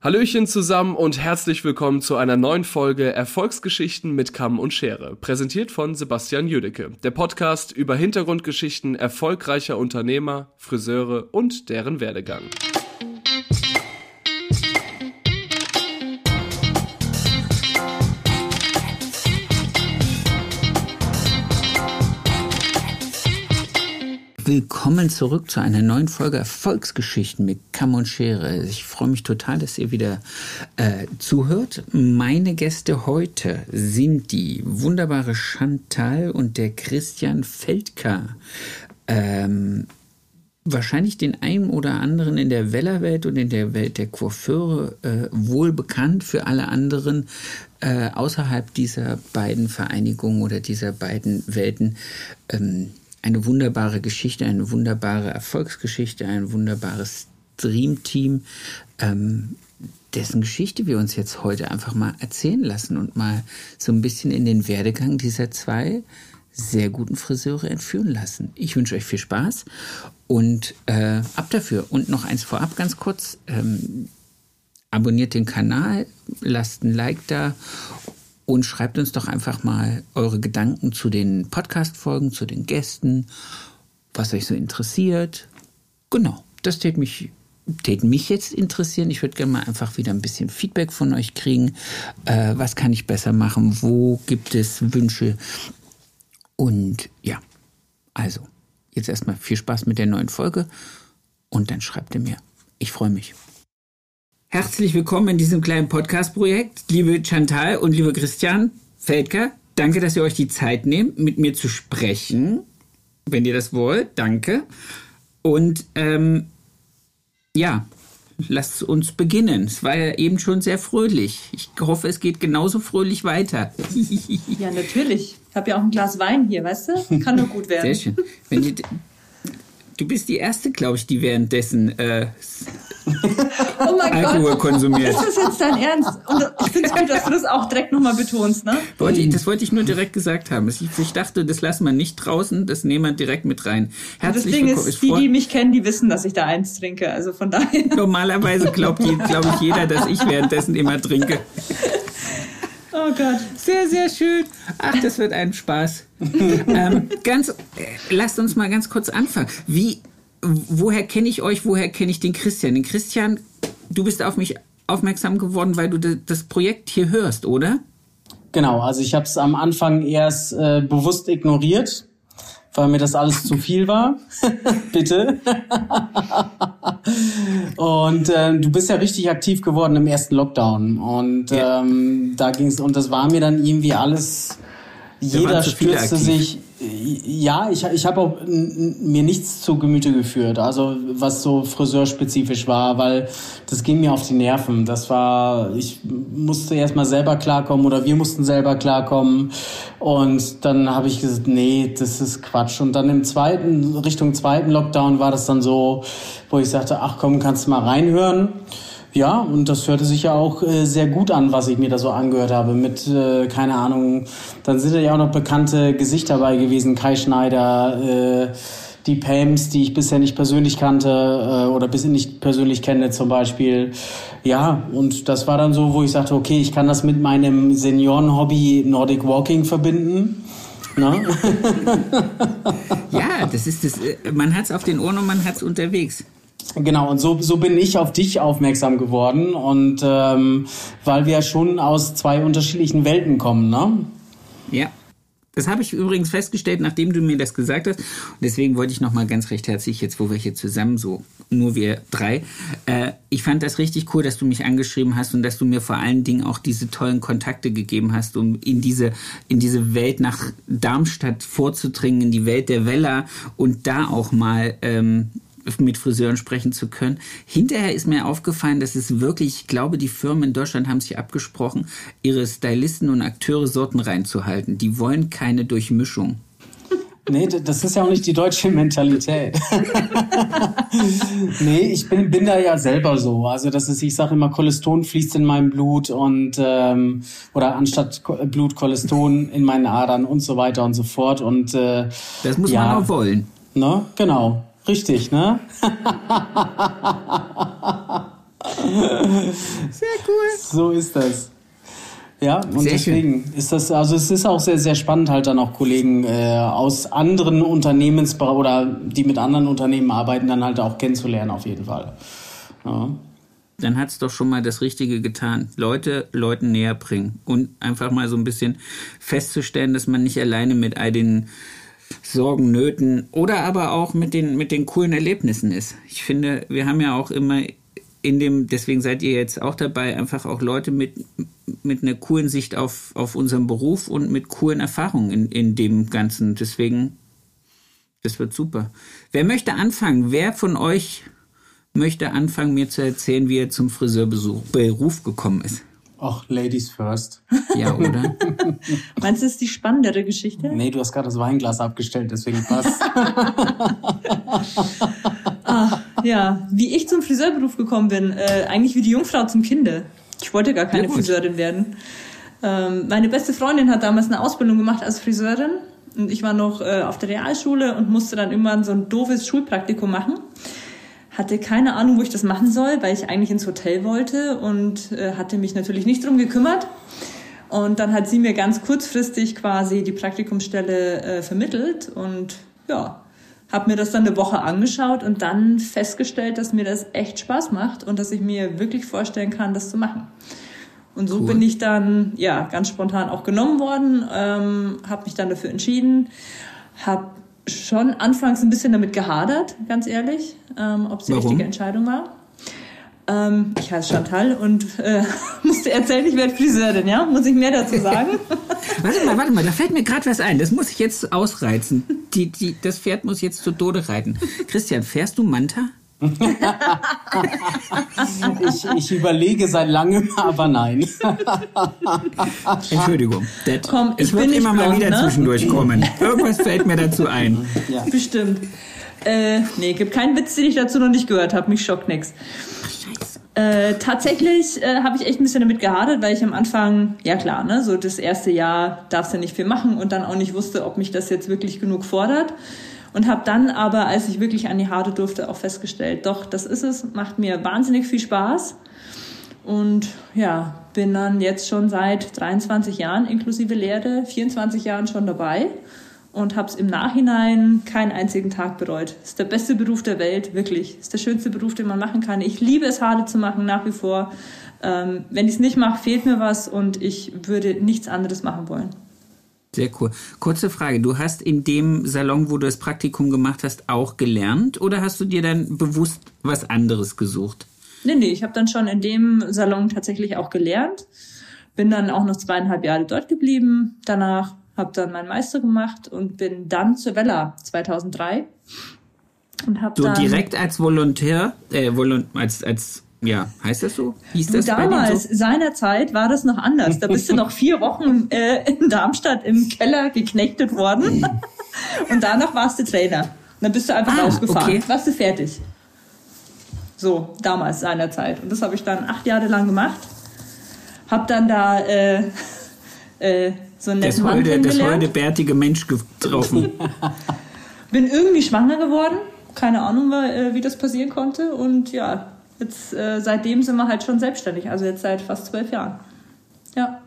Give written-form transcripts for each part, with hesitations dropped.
Hallöchen zusammen und herzlich willkommen zu einer neuen Folge Erfolgsgeschichten mit Kamm und Schere, präsentiert von Sebastian Jüdecke, der Podcast über Hintergrundgeschichten erfolgreicher Unternehmer, Friseure und deren Werdegang. Willkommen zurück zu einer neuen Folge Erfolgsgeschichten mit Kamm und Schere. Ich freue mich total, dass ihr wieder zuhört. Meine Gäste heute sind die wunderbare Chantal und der Christian Feldka. Wahrscheinlich den einen oder anderen in der Wellerwelt und in der Welt der Coiffeure wohl bekannt, für alle anderen außerhalb dieser beiden Vereinigungen oder dieser beiden Welten eine wunderbare Geschichte, eine wunderbare Erfolgsgeschichte, ein wunderbares Dreamteam, dessen Geschichte wir uns jetzt heute einfach mal erzählen lassen und mal so ein bisschen in den Werdegang dieser zwei sehr guten Friseure entführen lassen. Ich wünsche euch viel Spaß und ab dafür. Und noch eins vorab ganz kurz, abonniert den Kanal, lasst ein Like da und schreibt uns doch einfach mal eure Gedanken zu den Podcast-Folgen, zu den Gästen, was euch so interessiert. Genau, das täte mich jetzt interessieren. Ich würde gerne mal einfach wieder ein bisschen Feedback von euch kriegen. Was kann ich besser machen? Wo gibt es Wünsche? Und ja, also jetzt erstmal viel Spaß mit der neuen Folge und dann schreibt ihr mir. Ich freue mich. Herzlich willkommen in diesem kleinen Podcast-Projekt, liebe Chantal und liebe Christian Feldka. Danke, dass ihr euch die Zeit nehmt, mit mir zu sprechen, wenn ihr das wollt. Danke. Und lasst uns beginnen. Es war ja eben schon sehr fröhlich. Ich hoffe, es geht genauso fröhlich weiter. Ja, natürlich. Ich habe ja auch ein Glas Wein hier, weißt du? Kann nur gut werden. Sehr schön. Du bist die Erste, glaube ich, die währenddessen oh mein Alkohol konsumiert. Ist das jetzt dein Ernst? Und ich finde es gut, dass du das auch direkt nochmal betonst, ne? Das wollte ich nur direkt gesagt haben. Ich dachte, das lassen wir nicht draußen, das nehmen wir direkt mit rein. Herzlich das Ding ist, die mich kennen, die wissen, dass ich da eins trinke. Also von daher. Normalerweise glaubt ich jeder, dass ich währenddessen immer trinke. Oh Gott. Sehr, sehr schön. Ach, das wird ein Spaß. Lasst uns mal ganz kurz anfangen. Woher kenne ich euch? Woher kenne ich den Christian? Den Christian, du bist auf mich aufmerksam geworden, weil du das Projekt hier hörst, oder? Genau, also ich habe es am Anfang erst bewusst ignoriert, weil mir das alles zu viel war. Bitte. Und du bist ja richtig aktiv geworden im ersten Lockdown. Und ja. Da ging's, und das war mir dann irgendwie alles, jeder stürzte sich. Ja, ich habe auch mir nichts zu Gemüte geführt, also was so friseurspezifisch war, weil das ging mir auf die Nerven. Ich musste erstmal selber klarkommen oder wir mussten selber klarkommen und dann habe ich gesagt, nee, das ist Quatsch. Und dann Richtung zweiten Lockdown war das dann so, wo ich sagte, ach komm, kannst du mal reinhören. Ja, und das hörte sich ja auch sehr gut an, was ich mir da so angehört habe. Mit, keine Ahnung, dann sind ja auch noch bekannte Gesichter dabei gewesen. Kai Schneider, die Pams, die ich bisher nicht persönlich kannte oder bisher nicht persönlich kenne zum Beispiel. Ja, und das war dann so, wo ich sagte, okay, ich kann das mit meinem Senioren-Hobby Nordic Walking verbinden. Ne? Ja, das ist das. Man hat's auf den Ohren und man hat's unterwegs. Genau, und so bin ich auf dich aufmerksam geworden und weil wir schon aus zwei unterschiedlichen Welten kommen, ne? Ja, das habe ich übrigens festgestellt, nachdem du mir das gesagt hast. Und deswegen wollte ich nochmal ganz recht herzlich, jetzt wo wir hier zusammen so, nur wir drei, ich fand das richtig cool, dass du mich angeschrieben hast und dass du mir vor allen Dingen auch diese tollen Kontakte gegeben hast, um in diese Welt nach Darmstadt vorzudringen, in die Welt der Weller und da auch mal mit Friseuren sprechen zu können. Hinterher ist mir aufgefallen, dass es wirklich, ich glaube, die Firmen in Deutschland haben sich abgesprochen, ihre Stylisten und Akteure Sorten reinzuhalten. Die wollen keine Durchmischung. Nee, das ist ja auch nicht die deutsche Mentalität. Nee, ich bin da ja selber so. Also ich sage immer, Choleston fließt in meinem Blut und oder anstatt Blut Choleston in meinen Adern und so weiter und so fort. Und das muss man auch wollen. Ne? Genau. Richtig, ne? Sehr cool. So ist das. Ja, und sehr deswegen schön. Ist das, also es ist auch sehr, sehr spannend, halt dann auch Kollegen aus anderen oder die mit anderen Unternehmen arbeiten, dann halt auch kennenzulernen auf jeden Fall. Ja. Dann hat's doch schon mal das Richtige getan. Leuten näher bringen und einfach mal so ein bisschen festzustellen, dass man nicht alleine mit all den Sorgen, Nöten oder aber auch mit den coolen Erlebnissen ist. Ich finde, wir haben ja auch immer deswegen seid ihr jetzt auch dabei, einfach auch Leute mit einer coolen Sicht auf unseren Beruf und mit coolen Erfahrungen in dem Ganzen. Deswegen, das wird super. Wer möchte anfangen? Wer von euch möchte anfangen, mir zu erzählen, wie er zum Friseurberuf gekommen ist? Ach, Ladies first. Ja, oder? Meinst du, das ist die spannendere Geschichte? Nee, du hast gerade das Weinglas abgestellt, deswegen passt. Ja, wie ich zum Friseurberuf gekommen bin, eigentlich wie die Jungfrau zum Kinde. Ich wollte gar keine Friseurin werden. Meine beste Freundin hat damals eine Ausbildung gemacht als Friseurin und ich war noch auf der Realschule und musste dann irgendwann so ein doofes Schulpraktikum machen. Hatte keine Ahnung, wo ich das machen soll, weil ich eigentlich ins Hotel wollte und hatte mich natürlich nicht drum gekümmert. Und dann hat sie mir ganz kurzfristig quasi die Praktikumsstelle vermittelt und ja, habe mir das dann eine Woche angeschaut und dann festgestellt, dass mir das echt Spaß macht und dass ich mir wirklich vorstellen kann, das zu machen. Und so bin ich dann ja ganz spontan auch genommen worden, habe mich dann dafür entschieden, habe schon anfangs ein bisschen damit gehadert, ganz ehrlich, ob es die richtige Entscheidung war. Ich heiße Chantal und musste erzählen, ich werde Friseurin, ja? Muss ich mehr dazu sagen? Warte mal, da fällt mir gerade was ein. Das muss ich jetzt ausreizen. Das Pferd muss jetzt zu Tode reiten. Christian, fährst du Manta? Ich überlege seit langem, aber nein. Entschuldigung. Komm, ich will immer mal wieder zwischendurch kommen. Irgendwas fällt mir dazu ein. Ja. Bestimmt. Nee, gibt keinen Witz, den ich dazu noch nicht gehört habe. Mich schockt nix. Tatsächlich habe ich echt ein bisschen damit gehadert, weil ich am Anfang, ja klar, ne, so das erste Jahr darfst du nicht viel machen und dann auch nicht wusste, ob mich das jetzt wirklich genug fordert. Und habe dann aber, als ich wirklich an die Haare durfte, auch festgestellt, doch, das ist es, macht mir wahnsinnig viel Spaß. Und ja, bin dann jetzt schon seit 23 Jahren inklusive Lehre, 24 Jahren schon dabei und habe es im Nachhinein keinen einzigen Tag bereut. Ist der beste Beruf der Welt, wirklich. Ist der schönste Beruf, den man machen kann. Ich liebe es, Haare zu machen, nach wie vor. Wenn ich es nicht mache, fehlt mir was und ich würde nichts anderes machen wollen. Sehr cool. Kurze Frage, du hast in dem Salon, wo du das Praktikum gemacht hast, auch gelernt oder hast du dir dann bewusst was anderes gesucht? Nee, ich habe dann schon in dem Salon tatsächlich auch gelernt. Bin dann auch noch 2,5 Jahre dort geblieben. Danach habe dann meinen Meister gemacht und bin dann zur Wella 2003. Und hab so dann direkt als Volontär, ja, heißt das so? Hieß das damals, so? Seinerzeit war das noch anders. Da bist du noch 4 Wochen in Darmstadt im Keller geknechtet worden. Und danach warst du Trainer. Und dann bist du einfach rausgefahren. Okay. Warst du fertig. So, damals, seinerzeit. Und das habe ich dann 8 Jahre lang gemacht. Hab dann da so einen netten Mann kennengelernt. Das holde, bärtige Mensch getroffen. Bin irgendwie schwanger geworden. Keine Ahnung, wie das passieren konnte. Und ja, jetzt seitdem sind wir halt schon selbstständig, also jetzt seit fast 12 Jahren. Ja.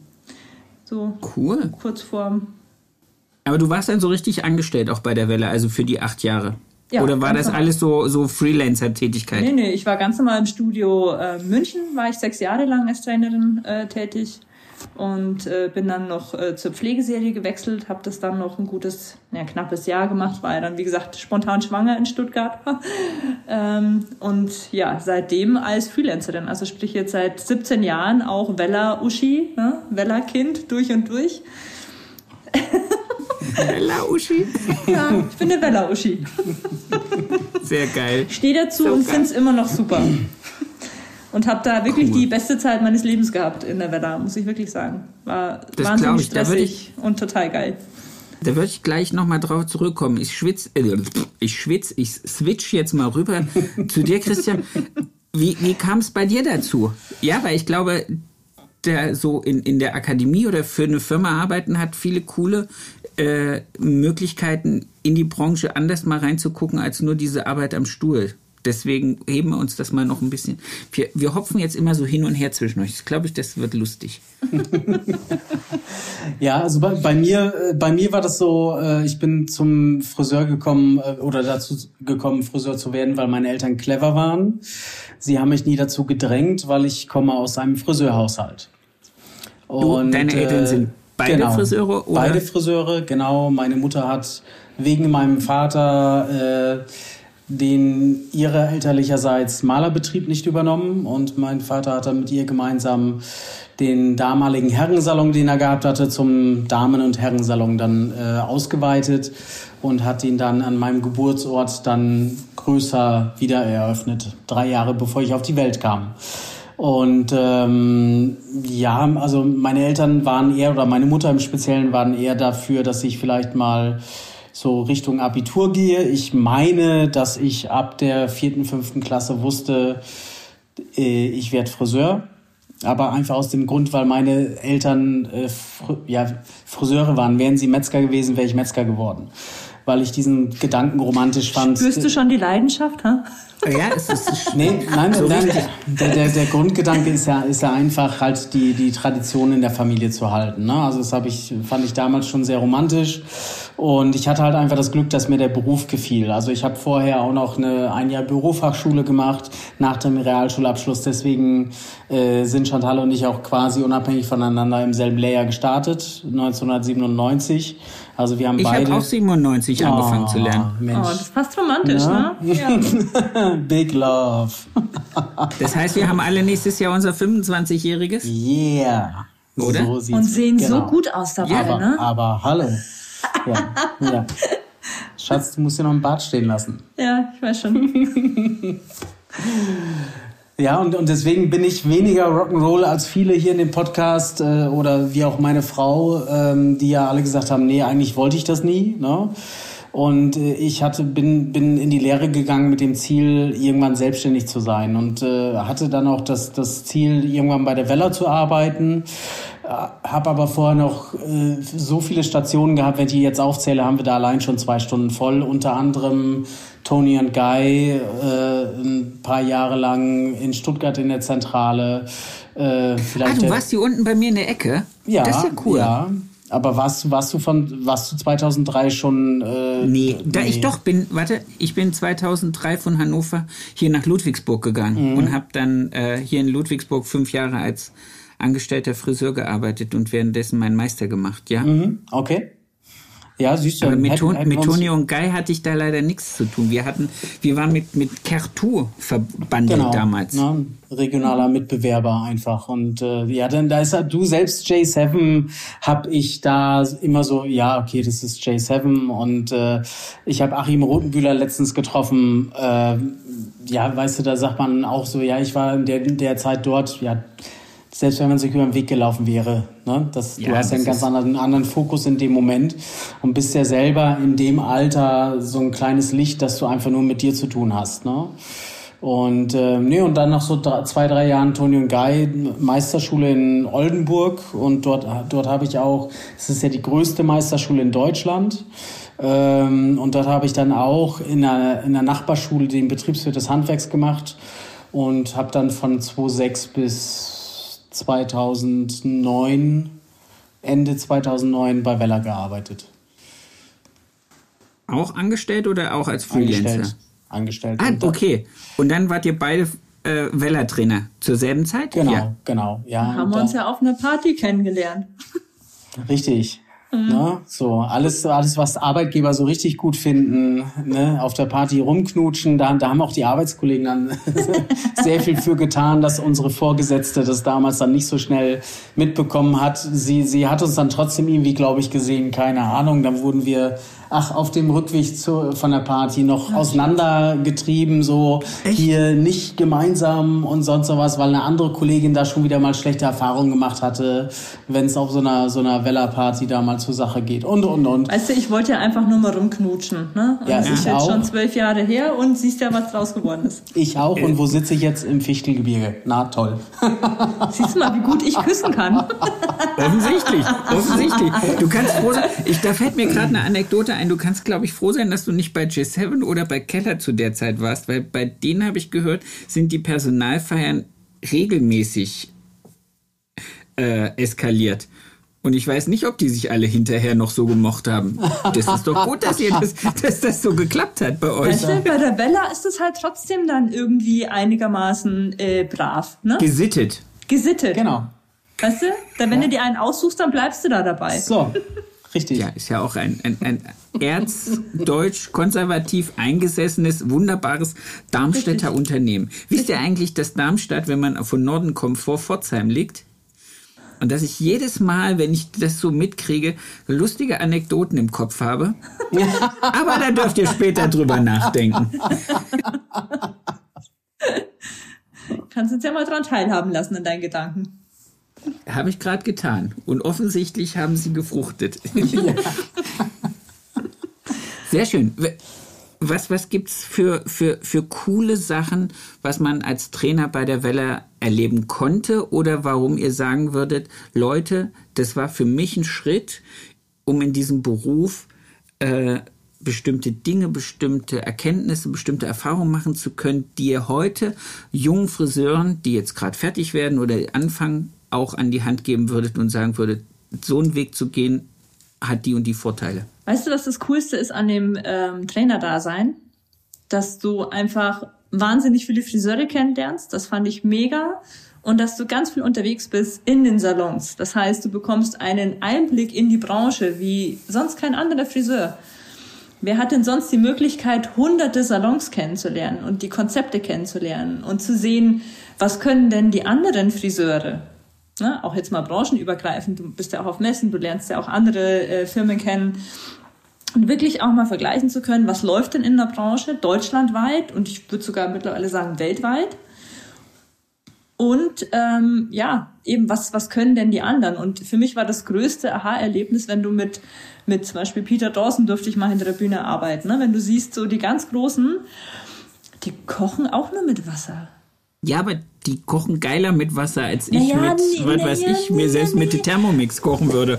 So cool. Kurz vorm. Aber du warst dann so richtig angestellt auch bei der Welle, also für die 8 Jahre? Ja, oder war das alles so Freelancer-Tätigkeit? Nee, ich war ganz normal im Studio München, war ich 6 Jahre lang als Trainerin tätig und bin dann noch zur Pflegeserie gewechselt, habe das dann noch ein gutes, knappes Jahr gemacht, war ja dann, wie gesagt, spontan schwanger in Stuttgart und ja, seitdem als Freelancerin, also sprich jetzt seit 17 Jahren auch Wella-Uschi, ne? Wella-Kind durch und durch. Wella-Uschi? Ja, ich bin eine Wella-Uschi. Sehr geil. Stehe dazu und finde es immer noch super. Und habe da wirklich die beste Zeit meines Lebens gehabt in der Wella, muss ich wirklich sagen. War wahnsinnig stressig und total geil. Da würde ich gleich nochmal drauf zurückkommen. Ich switch jetzt mal rüber zu dir, Christian. Wie kam es bei dir dazu? Ja, weil ich glaube, so in der Akademie oder für eine Firma arbeiten hat viele coole Möglichkeiten, in die Branche anders mal reinzugucken, als nur diese Arbeit am Stuhl. Deswegen heben wir uns das mal noch ein bisschen. Wir hopfen jetzt immer so hin und her zwischen euch. Ich glaube, das wird lustig. Ja, also bei mir war das so, ich bin zum Friseur gekommen oder dazu gekommen, Friseur zu werden, weil meine Eltern clever waren. Sie haben mich nie dazu gedrängt, weil ich komme aus einem Friseurhaushalt. Und deine Eltern sind beide Friseure? Oder? Beide Friseure, genau. Meine Mutter hat wegen meinem Vater den ihrer elterlicherseits Malerbetrieb nicht übernommen und mein Vater hat dann mit ihr gemeinsam den damaligen Herrensalon, den er gehabt hatte, zum Damen- und Herrensalon dann ausgeweitet und hat ihn dann an meinem Geburtsort dann größer wieder eröffnet, 3 Jahre bevor ich auf die Welt kam. Und also meine Eltern waren eher, oder meine Mutter im Speziellen waren eher dafür, dass ich vielleicht mal so Richtung Abitur gehe. Ich meine, dass ich ab der 4., 5. Klasse wusste, ich werde Friseur. Aber einfach aus dem Grund, weil meine Eltern Friseure waren. Wären sie Metzger gewesen, wäre ich Metzger geworden. Weil ich diesen Gedanken romantisch fand. Spürst du schon die Leidenschaft, ha? Ja, es ist nein, der Grundgedanke ist ja einfach halt die Tradition in der Familie zu halten. Ne? Also das fand ich damals schon sehr romantisch und ich hatte halt einfach das Glück, dass mir der Beruf gefiel. Also ich habe vorher auch noch ein Jahr Bürofachschule gemacht nach dem Realschulabschluss. Deswegen sind Chantal und ich auch quasi unabhängig voneinander im selben Lehrjahr gestartet, 1997. Also wir haben beide. Ich habe auch 97 angefangen zu lernen. Mensch. Oh, das ist fast romantisch, ne? Ja. Big Love. Das heißt, wir haben alle nächstes Jahr unser 25-jähriges? Yeah. Oder? So und sehen so gut aus dabei, ne? Aber hallo. Ja. Schatz, du musst dir noch einen Bart stehen lassen. Ja, ich weiß schon. Ja, und deswegen bin ich weniger Rock'n'Roll als viele hier in dem Podcast oder wie auch meine Frau, die ja alle gesagt haben, nee, eigentlich wollte ich das nie, ne? Und ich bin in die Lehre gegangen mit dem Ziel, irgendwann selbstständig zu sein und hatte dann auch das Ziel, irgendwann bei der Weller zu arbeiten. Habe aber vorher noch so viele Stationen gehabt, wenn ich die jetzt aufzähle, haben wir da allein schon 2 Stunden voll. Unter anderem Toni und Guy, ein paar Jahre lang in Stuttgart in der Zentrale. Du warst hier unten bei mir in der Ecke? Ja, das ist ja cool. Ja. Aber warst du 2003 schon? Nee. Ich bin 2003 von Hannover hier nach Ludwigsburg gegangen und habe dann hier in Ludwigsburg 5 Jahre als angestellter Friseur gearbeitet und währenddessen meinen Meister gemacht, ja. Okay. Ja, siehst du. Aber mit Toni und Guy hatte ich da leider nichts zu tun. Wir waren mit Kertur verbandelt damals. Ne, regionaler Mitbewerber einfach. Und dann da ist du selbst J7, hab ich da immer so, ja, okay, das ist J7. Und ich habe Achim Rotenbühler letztens getroffen. Weißt du, da sagt man auch so, ja, ich war in der Zeit dort, ja, selbst wenn man sich über den Weg gelaufen wäre, ne? Du hast ja einen ganz anderen Fokus in dem Moment und bist ja selber in dem Alter so ein kleines Licht, dass du einfach nur mit dir zu tun hast, ne? Und und dann nach so 2-3 Jahren Toni und Guy Meisterschule in Oldenburg und dort habe ich auch, es ist ja die größte Meisterschule in Deutschland. Und dort habe ich dann auch in einer Nachbarschule den Betriebswirt des Handwerks gemacht und habe dann von 2006 bis Ende 2009 bei Weller gearbeitet. Auch angestellt oder auch als Freelancer? Angestellt. Okay. Und dann wart ihr beide Weller-Trainer zur selben Zeit? Genau. Ja, haben wir uns ja auf einer Party kennengelernt. Richtig. Ne? So, alles, was Arbeitgeber so richtig gut finden, ne? Auf der Party rumknutschen, da haben auch die Arbeitskollegen dann sehr viel für getan, dass unsere Vorgesetzte das damals dann nicht so schnell mitbekommen hat. Sie hat uns dann trotzdem irgendwie, glaube ich, gesehen, keine Ahnung, dann wurden wir auf dem Rückweg von der Party noch auseinandergetrieben, so echt? Hier nicht gemeinsam und sonst sowas, weil eine andere Kollegin da schon wieder mal schlechte Erfahrungen gemacht hatte, wenn es auf so einer Weller-Party da mal zur Sache geht und. Weißt du, ich wollte ja einfach nur mal rumknutschen, ne? Und das ist jetzt schon 12 Jahre her und siehst ja, was draus geworden ist. Ich auch. Und wo sitze ich jetzt? Im Fichtelgebirge. Na, toll. Siehst du mal, wie gut ich küssen kann. Offensichtlich. Du kannst froh sein. Da fällt mir gerade eine Anekdote ein. Du kannst, glaube ich, froh sein, dass du nicht bei G7 oder bei Keller zu der Zeit warst, weil bei denen, habe ich gehört, sind die Personalfeiern regelmäßig eskaliert. Und ich weiß nicht, ob die sich alle hinterher noch so gemocht haben. Das ist doch gut, dass das so geklappt hat bei euch. Weißt du, bei der Bella ist es halt trotzdem dann irgendwie einigermaßen brav. Ne? Gesittet. Genau. Weißt du, wenn du dir einen aussuchst, dann bleibst du da dabei. So, richtig. Ja, ist ja auch ein erzdeutsch konservativ eingesessenes, wunderbares Darmstädter Unternehmen. Wisst ihr eigentlich, dass Darmstadt, wenn man von Norden kommt, vor Pforzheim liegt? Und dass ich jedes Mal, wenn ich das so mitkriege, lustige Anekdoten im Kopf habe. Aber da dürft ihr später drüber nachdenken. Kannst uns ja mal dran teilhaben lassen an deinen Gedanken. Habe ich gerade getan. Und offensichtlich haben sie gefruchtet. Ja. Sehr schön. Was gibt's für coole Sachen, was man als Trainer bei der Welle erleben konnte, oder warum ihr sagen würdet, Leute, das war für mich ein Schritt, um in diesem Beruf bestimmte Dinge, bestimmte Erkenntnisse, bestimmte Erfahrungen machen zu können, die ihr heute jungen Friseuren, die jetzt gerade fertig werden oder anfangen, auch an die Hand geben würdet und sagen würdet, so einen Weg zu gehen, hat die und die Vorteile. Weißt du, was das Coolste ist an dem Trainer-Dasein? Dass du einfach wahnsinnig viele Friseure kennenlernst. Das fand ich mega. Und dass du ganz viel unterwegs bist in den Salons. Das heißt, du bekommst einen Einblick in die Branche wie sonst kein anderer Friseur. Wer hat denn sonst die Möglichkeit, hunderte Salons kennenzulernen und die Konzepte kennenzulernen und zu sehen, was können denn die anderen Friseure? Ne? Auch jetzt mal branchenübergreifend. Du bist ja auch auf Messen, du lernst ja auch andere Firmen kennen. Und wirklich auch mal vergleichen zu können, was läuft denn in der Branche deutschlandweit und ich würde sogar mittlerweile sagen weltweit. Und eben, was können denn die anderen? Und für mich war das größte Aha-Erlebnis, wenn du mit zum Beispiel Peter Dawson durfte ich mal hinter der Bühne arbeiten. Ne? Wenn du siehst, so die ganz Großen, die kochen auch nur mit Wasser. Ja, aber die kochen geiler mit Wasser, als ich mir selbst mit Thermomix kochen würde.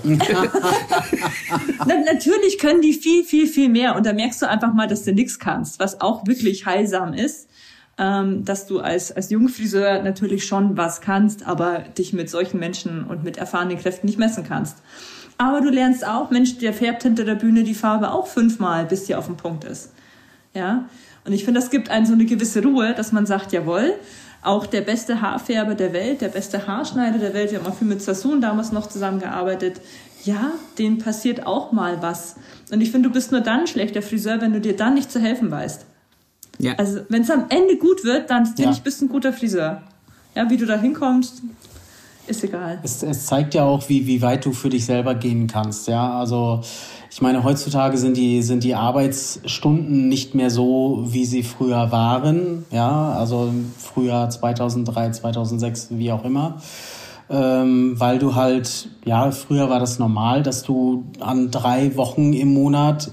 Natürlich können die viel, viel, viel mehr. Und da merkst du einfach mal, dass du nichts kannst, was auch wirklich heilsam ist. Dass du als Jungfriseur natürlich schon was kannst, aber dich mit solchen Menschen und mit erfahrenen Kräften nicht messen kannst. Aber du lernst auch, Mensch, der färbt hinter der Bühne die Farbe auch 5-mal, bis die auf dem Punkt ist. Ja? Und ich finde, das gibt einen so eine gewisse Ruhe, dass man sagt, jawohl, auch der beste Haarfärber der Welt, der beste Haarschneider der Welt, wir haben auch viel mit Sassoon damals noch zusammengearbeitet, ja, denen passiert auch mal was. Und ich finde, du bist nur dann ein schlechter Friseur, wenn du dir dann nicht zu helfen weißt. Ja. Also wenn es am Ende gut wird, dann finde ich, bist du ein guter Friseur. Ja, wie du da hinkommst, ist egal. Es zeigt ja auch, wie weit du für dich selber gehen kannst. Ja, also ich meine, heutzutage sind die Arbeitsstunden nicht mehr so, wie sie früher waren. Ja, also früher 2003, 2006, wie auch immer. Weil du halt, früher war das normal, dass du an 3 Wochen im Monat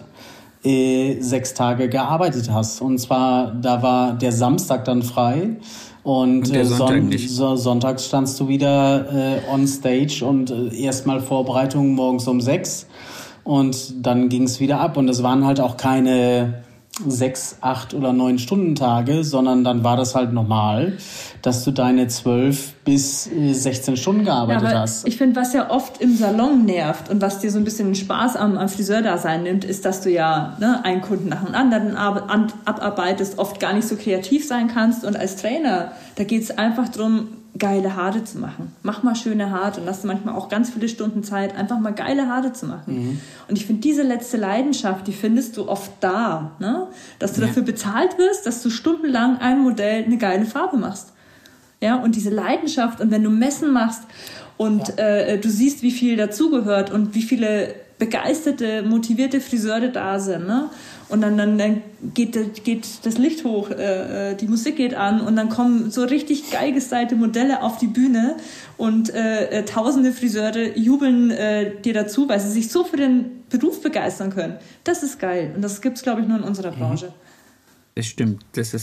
6 Tage gearbeitet hast. Und zwar, da war der Samstag dann frei und sonntags standst du wieder on stage und erstmal Vorbereitung morgens um 6 und dann ging es wieder ab. Und es waren halt auch keine 6, 8 oder 9 Stunden-Tage, sondern dann war das halt normal, dass du deine 12 bis 16 Stunden gearbeitet hast. Ich finde, was ja oft im Salon nervt und was dir so ein bisschen den Spaß am Friseurdasein nimmt, ist, dass du ja einen Kunden nach dem anderen abarbeitest, oft gar nicht so kreativ sein kannst. Und als Trainer, da geht es einfach darum, geile Haare zu machen. Mach mal schöne Haare und hast du manchmal auch ganz viele Stunden Zeit, einfach mal geile Haare zu machen. Mhm. Und ich finde, diese letzte Leidenschaft, die findest du oft da, ne? Dass du dafür bezahlt wirst, dass du stundenlang ein Modell eine geile Farbe machst. Ja, und diese Leidenschaft, und wenn du Messen machst und du siehst, wie viel dazugehört und wie viele begeisterte, motivierte Friseure da sind, ne? Und dann geht das Licht hoch, die Musik geht an und dann kommen so richtig geil gestylte Modelle auf die Bühne und tausende Friseure jubeln dir dazu, weil sie sich so für den Beruf begeistern können. Das ist geil und das gibt's, glaube ich, nur in unserer Branche. Das stimmt, das ist wahr.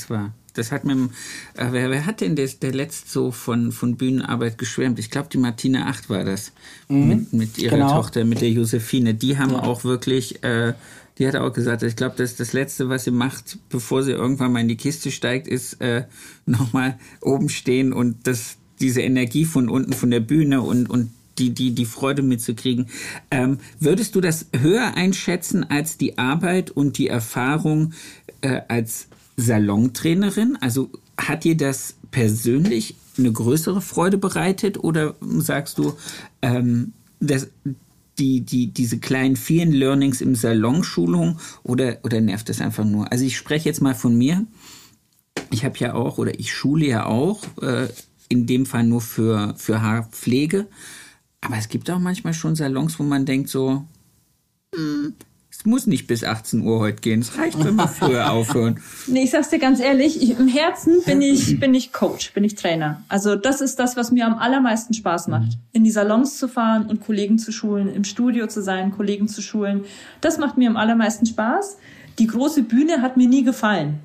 Das hat mir, wer hat denn der letzt so von Bühnenarbeit geschwärmt? Ich glaube, die Martina 8 war das. Mit ihrer Tochter, mit der Josephine. Die haben auch wirklich, die hat auch gesagt, ich glaube, das Letzte, was sie macht, bevor sie irgendwann mal in die Kiste steigt, ist nochmal oben stehen und diese Energie von unten, von der Bühne und die Freude mitzukriegen. Würdest du das höher einschätzen als die Arbeit und die Erfahrung als Salontrainerin? Also hat dir das persönlich eine größere Freude bereitet oder sagst du, dass diese kleinen vielen Learnings im Salonschulung oder nervt das einfach nur? Also ich spreche jetzt mal von mir. Ich habe ja auch oder ich schule ja auch, in dem Fall nur für Haarpflege. Aber es gibt auch manchmal schon Salons, wo man denkt so, es muss nicht bis 18 Uhr heute gehen, es reicht, wenn wir früher aufhören. Nee, ich sag's dir ganz ehrlich, im Herzen bin ich Coach, bin ich Trainer. Also das ist das, was mir am allermeisten Spaß macht. In die Salons zu fahren und Kollegen zu schulen, im Studio zu sein, Kollegen zu schulen. Das macht mir am allermeisten Spaß. Die große Bühne hat mir nie gefallen.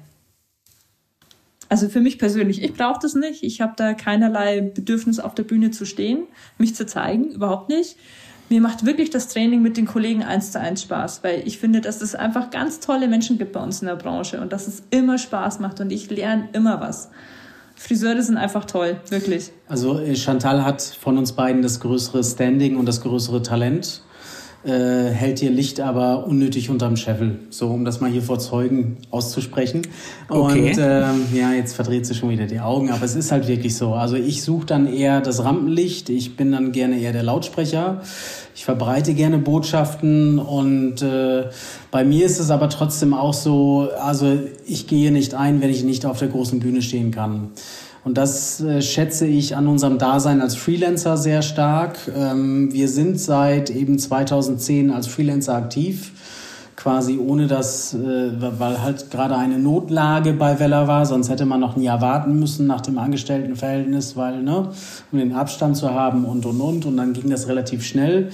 Also für mich persönlich, ich brauche das nicht. Ich habe da keinerlei Bedürfnis, auf der Bühne zu stehen, mich zu zeigen, überhaupt nicht. Mir macht wirklich das Training mit den Kollegen 1:1 Spaß, weil ich finde, dass es einfach ganz tolle Menschen gibt bei uns in der Branche und dass es immer Spaß macht und ich lerne immer was. Friseure sind einfach toll, wirklich. Also Chantal hat von uns beiden das größere Standing und das größere Talent. Hält ihr Licht aber unnötig unterm Scheffel, so um das mal hier vor Zeugen auszusprechen. Okay. Und jetzt verdreht sie schon wieder die Augen, aber es ist halt wirklich so. Also ich suche dann eher das Rampenlicht, ich bin dann gerne eher der Lautsprecher, ich verbreite gerne Botschaften und bei mir ist es aber trotzdem auch so, also ich gehe nicht ein, wenn ich nicht auf der großen Bühne stehen kann. Und das schätze ich an unserem Dasein als Freelancer sehr stark. Wir sind seit eben 2010 als Freelancer aktiv, quasi ohne das, weil halt gerade eine Notlage bei Weller war, sonst hätte man noch ein Jahr warten müssen nach dem Angestelltenverhältnis, weil, um den Abstand zu haben und dann ging das relativ schnell.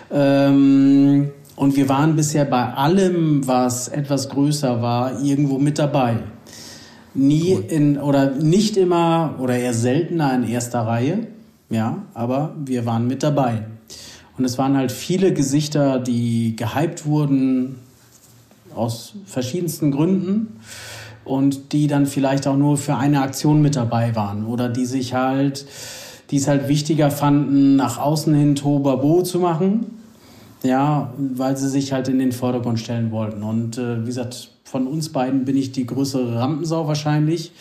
Und wir waren bisher bei allem, was etwas größer war, irgendwo mit dabei. Nicht immer oder eher seltener in erster Reihe, ja, aber wir waren mit dabei. Und es waren halt viele Gesichter, die gehypt wurden aus verschiedensten Gründen und die dann vielleicht auch nur für eine Aktion mit dabei waren oder die es halt wichtiger fanden, nach außen hin Tohuwabohu zu machen, ja, weil sie sich halt in den Vordergrund stellen wollten. Und wie gesagt, von uns beiden bin ich die größere Rampensau wahrscheinlich.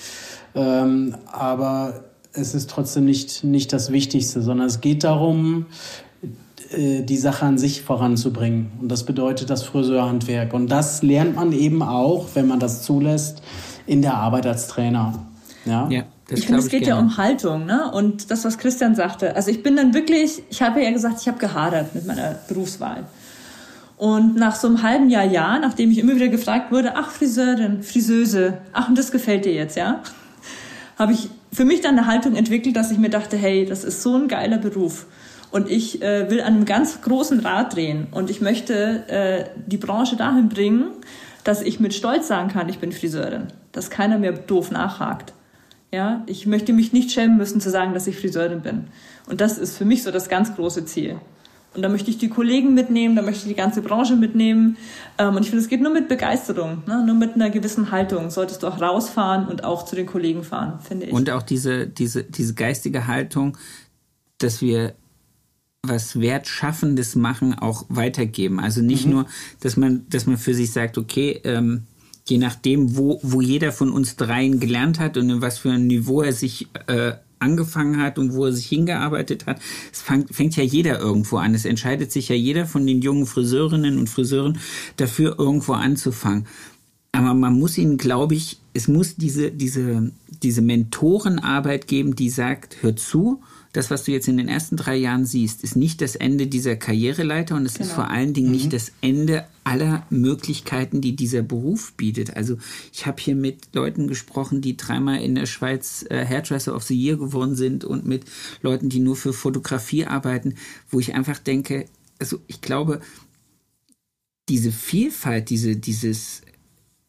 Aber es ist trotzdem nicht das Wichtigste, sondern es geht darum, die Sache an sich voranzubringen. Und das bedeutet das Friseurhandwerk. Und das lernt man eben auch, wenn man das zulässt, in der Arbeit als Trainer. Ja. Ich finde, es geht ja um Haltung, ne? Und das, was Christian sagte. Also ich bin dann wirklich, ich habe ja gesagt, ich habe gehadert mit meiner Berufswahl. Und nach so einem halben Jahr, nachdem ich immer wieder gefragt wurde, ach Friseurin, Friseuse, ach und das gefällt dir jetzt, ja? Habe ich für mich dann eine Haltung entwickelt, dass ich mir dachte, hey, das ist so ein geiler Beruf. Und ich will an einem ganz großen Rad drehen. Und ich möchte die Branche dahin bringen, dass ich mit Stolz sagen kann, ich bin Friseurin. Dass keiner mehr doof nachhakt. Ja, ich möchte mich nicht schämen müssen zu sagen, dass ich Friseurin bin. Und das ist für mich so das ganz große Ziel. Und da möchte ich die Kollegen mitnehmen, da möchte ich die ganze Branche mitnehmen. Und ich finde, es geht nur mit Begeisterung, ne? Nur mit einer gewissen Haltung. Solltest du auch rausfahren und auch zu den Kollegen fahren, finde ich. Und auch diese geistige Haltung, dass wir was Wertschaffendes machen, auch weitergeben. Also nicht nur, dass man für sich sagt, okay, je nachdem, wo jeder von uns dreien gelernt hat und in was für ein Niveau er sich angefangen hat und wo er sich hingearbeitet hat. Es fängt ja jeder irgendwo an. Es entscheidet sich ja jeder von den jungen Friseurinnen und Friseuren dafür, irgendwo anzufangen. Aber man muss ihnen, glaube ich, es muss diese Mentorenarbeit geben, die sagt, hör zu, das, was du jetzt in den ersten 3 Jahren siehst, ist nicht das Ende dieser Karriereleiter und es ist vor allen Dingen nicht das Ende aller Möglichkeiten, die dieser Beruf bietet. Also ich habe hier mit Leuten gesprochen, die 3-mal in der Schweiz Hairdresser of the Year geworden sind und mit Leuten, die nur für Fotografie arbeiten, wo ich einfach denke, also ich glaube, diese Vielfalt, dieses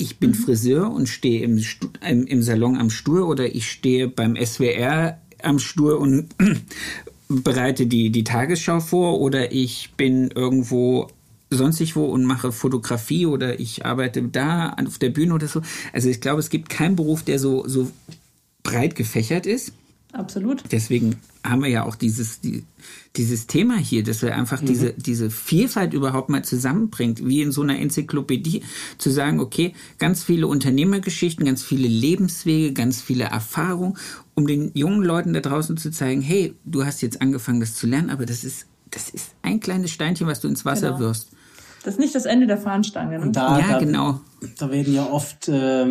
ich bin Friseur und stehe im Salon am Stuhl oder ich stehe beim SWR am Stuhl und bereite die Tagesschau vor oder ich bin irgendwo sonstig wo und mache Fotografie oder ich arbeite da auf der Bühne oder so. Also ich glaube, es gibt keinen Beruf, der so breit gefächert ist. Absolut. Deswegen haben wir ja auch dieses Thema hier, dass wir einfach diese Vielfalt überhaupt mal zusammenbringt, wie in so einer Enzyklopädie, zu sagen, okay, ganz viele Unternehmergeschichten, ganz viele Lebenswege, ganz viele Erfahrungen, um den jungen Leuten da draußen zu zeigen, hey, du hast jetzt angefangen, das zu lernen, aber das ist ein kleines Steinchen, was du ins Wasser wirfst. Das ist nicht das Ende der Fahnenstange. Ne? Und genau. Da werden ja oft,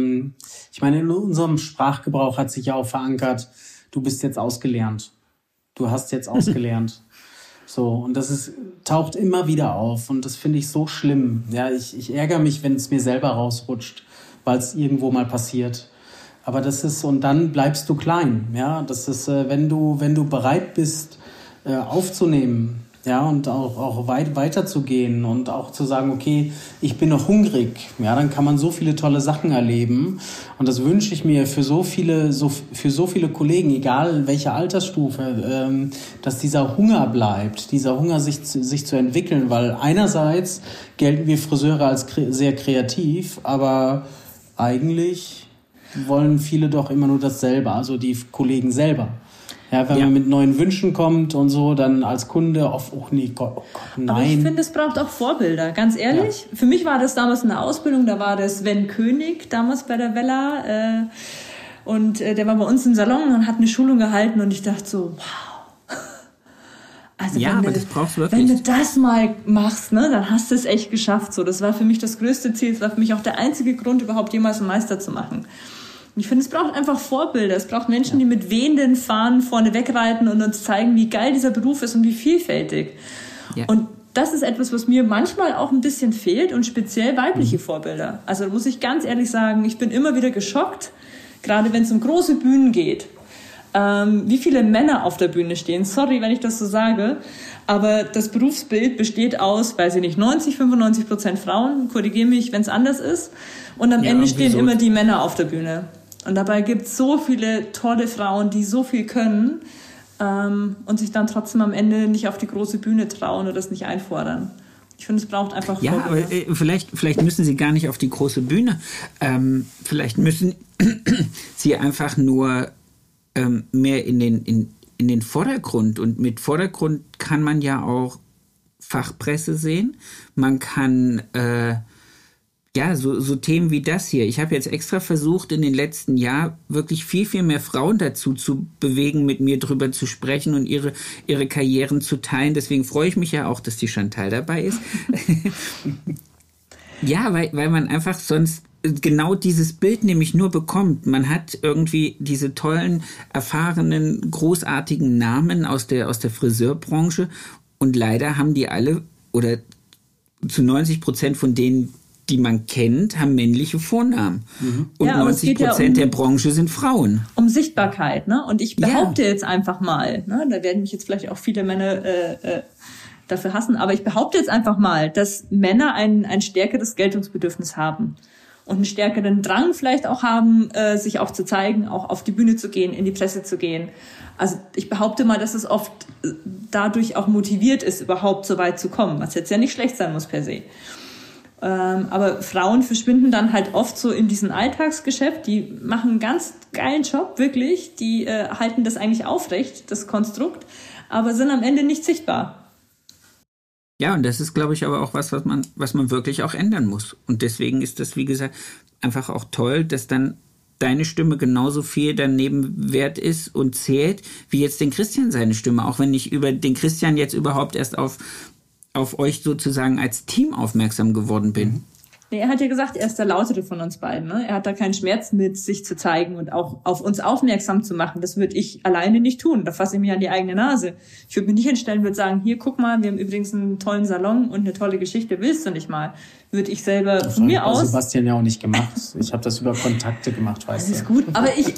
ich meine, in unserem Sprachgebrauch hat sich ja auch verankert, du bist jetzt ausgelernt. Du hast jetzt ausgelernt. So, und das taucht immer wieder auf. Und das finde ich so schlimm. Ja, ich ärgere mich, wenn es mir selber rausrutscht, weil es irgendwo mal passiert. Aber und dann bleibst du klein. Ja, das ist, wenn du bereit bist, aufzunehmen, ja, und auch weiterzugehen und auch zu sagen, okay, ich bin noch hungrig, ja, dann kann man so viele tolle Sachen erleben. Und das wünsche ich mir für so viele Kollegen, egal welche Altersstufe, dass dieser Hunger bleibt, dieser Hunger sich zu entwickeln, weil einerseits gelten wir Friseure als sehr kreativ, aber eigentlich wollen viele doch immer nur dasselbe, also die Kollegen selber. Ja, wenn man mit neuen Wünschen kommt und so, dann als Kunde auf, oh nee, Gott, nein. Aber ich finde, es braucht auch Vorbilder, ganz ehrlich. Ja. Für mich war das damals eine Ausbildung, da war das Sven König, damals bei der Vella, und der war bei uns im Salon und hat eine Schulung gehalten und ich dachte so, wow. Also aber das brauchst du wirklich. Wenn du das mal machst, ne, dann hast du es echt geschafft. So, das war für mich das größte Ziel, das war für mich auch der einzige Grund, überhaupt jemals einen Meister zu machen. Ich finde, es braucht einfach Vorbilder. Es braucht Menschen, die mit wehenden Fahnen vorne wegreiten und uns zeigen, wie geil dieser Beruf ist und wie vielfältig. Ja. Und das ist etwas, was mir manchmal auch ein bisschen fehlt und speziell weibliche Vorbilder. Also da muss ich ganz ehrlich sagen, ich bin immer wieder geschockt, gerade wenn es um große Bühnen geht, wie viele Männer auf der Bühne stehen. Sorry, wenn ich das so sage, aber das Berufsbild besteht aus, weiß ich nicht, 90-95% Frauen, korrigiere mich, wenn es anders ist. Und am Ende stehen immer die Männer auf der Bühne. Und dabei gibt es so viele tolle Frauen, die so viel können und sich dann trotzdem am Ende nicht auf die große Bühne trauen oder das nicht einfordern. Ich finde, es braucht einfach Vorbilder. Ja, aber vielleicht müssen sie gar nicht auf die große Bühne. Vielleicht müssen sie einfach nur mehr in den Vordergrund. Und mit Vordergrund kann man ja auch Fachpresse sehen. Man kann so Themen wie das hier. Ich habe jetzt extra versucht, in den letzten Jahren wirklich viel, viel mehr Frauen dazu zu bewegen, mit mir drüber zu sprechen und ihre Karrieren zu teilen. Deswegen freue ich mich ja auch, dass die Chantal dabei ist. Ja, weil man einfach sonst genau dieses Bild nämlich nur bekommt. Man hat irgendwie diese tollen, erfahrenen, großartigen Namen aus der Friseurbranche und leider haben die alle oder zu 90% von denen, die man kennt, haben männliche Vornamen. Und 90% der Branche sind Frauen. Um Sichtbarkeit, ne? Und ich behaupte jetzt einfach mal, ne? Da werden mich jetzt vielleicht auch viele Männer dafür hassen, aber ich behaupte jetzt einfach mal, dass Männer ein stärkeres Geltungsbedürfnis haben und einen stärkeren Drang vielleicht auch haben, sich auch zu zeigen, auch auf die Bühne zu gehen, in die Presse zu gehen. Also ich behaupte mal, dass es oft dadurch auch motiviert ist, überhaupt so weit zu kommen, was jetzt ja nicht schlecht sein muss per se. Aber Frauen verschwinden dann halt oft so in diesem Alltagsgeschäft, die machen einen ganz geilen Job, wirklich, die halten das eigentlich aufrecht, das Konstrukt, aber sind am Ende nicht sichtbar. Ja, und das ist, glaube ich, aber auch was man wirklich auch ändern muss. Und deswegen ist das, wie gesagt, einfach auch toll, dass dann deine Stimme genauso viel daneben wert ist und zählt, wie jetzt den Christian seine Stimme. Auch wenn ich über den Christian jetzt überhaupt erst auf euch sozusagen als Team aufmerksam geworden bin. Nee, er hat ja gesagt, er ist der Lautere von uns beiden. Ne? Er hat da keinen Schmerz mit, sich zu zeigen und auch auf uns aufmerksam zu machen. Das würde ich alleine nicht tun. Da fasse ich mich an die eigene Nase. Ich würde mich nicht hinstellen, würde sagen, hier, guck mal, wir haben übrigens einen tollen Salon und eine tolle Geschichte. Willst du nicht mal? Würde ich selber das von mir aus... Sebastian ja auch nicht gemacht. Ich habe das über Kontakte gemacht, weißt du. Das ist gut, aber ich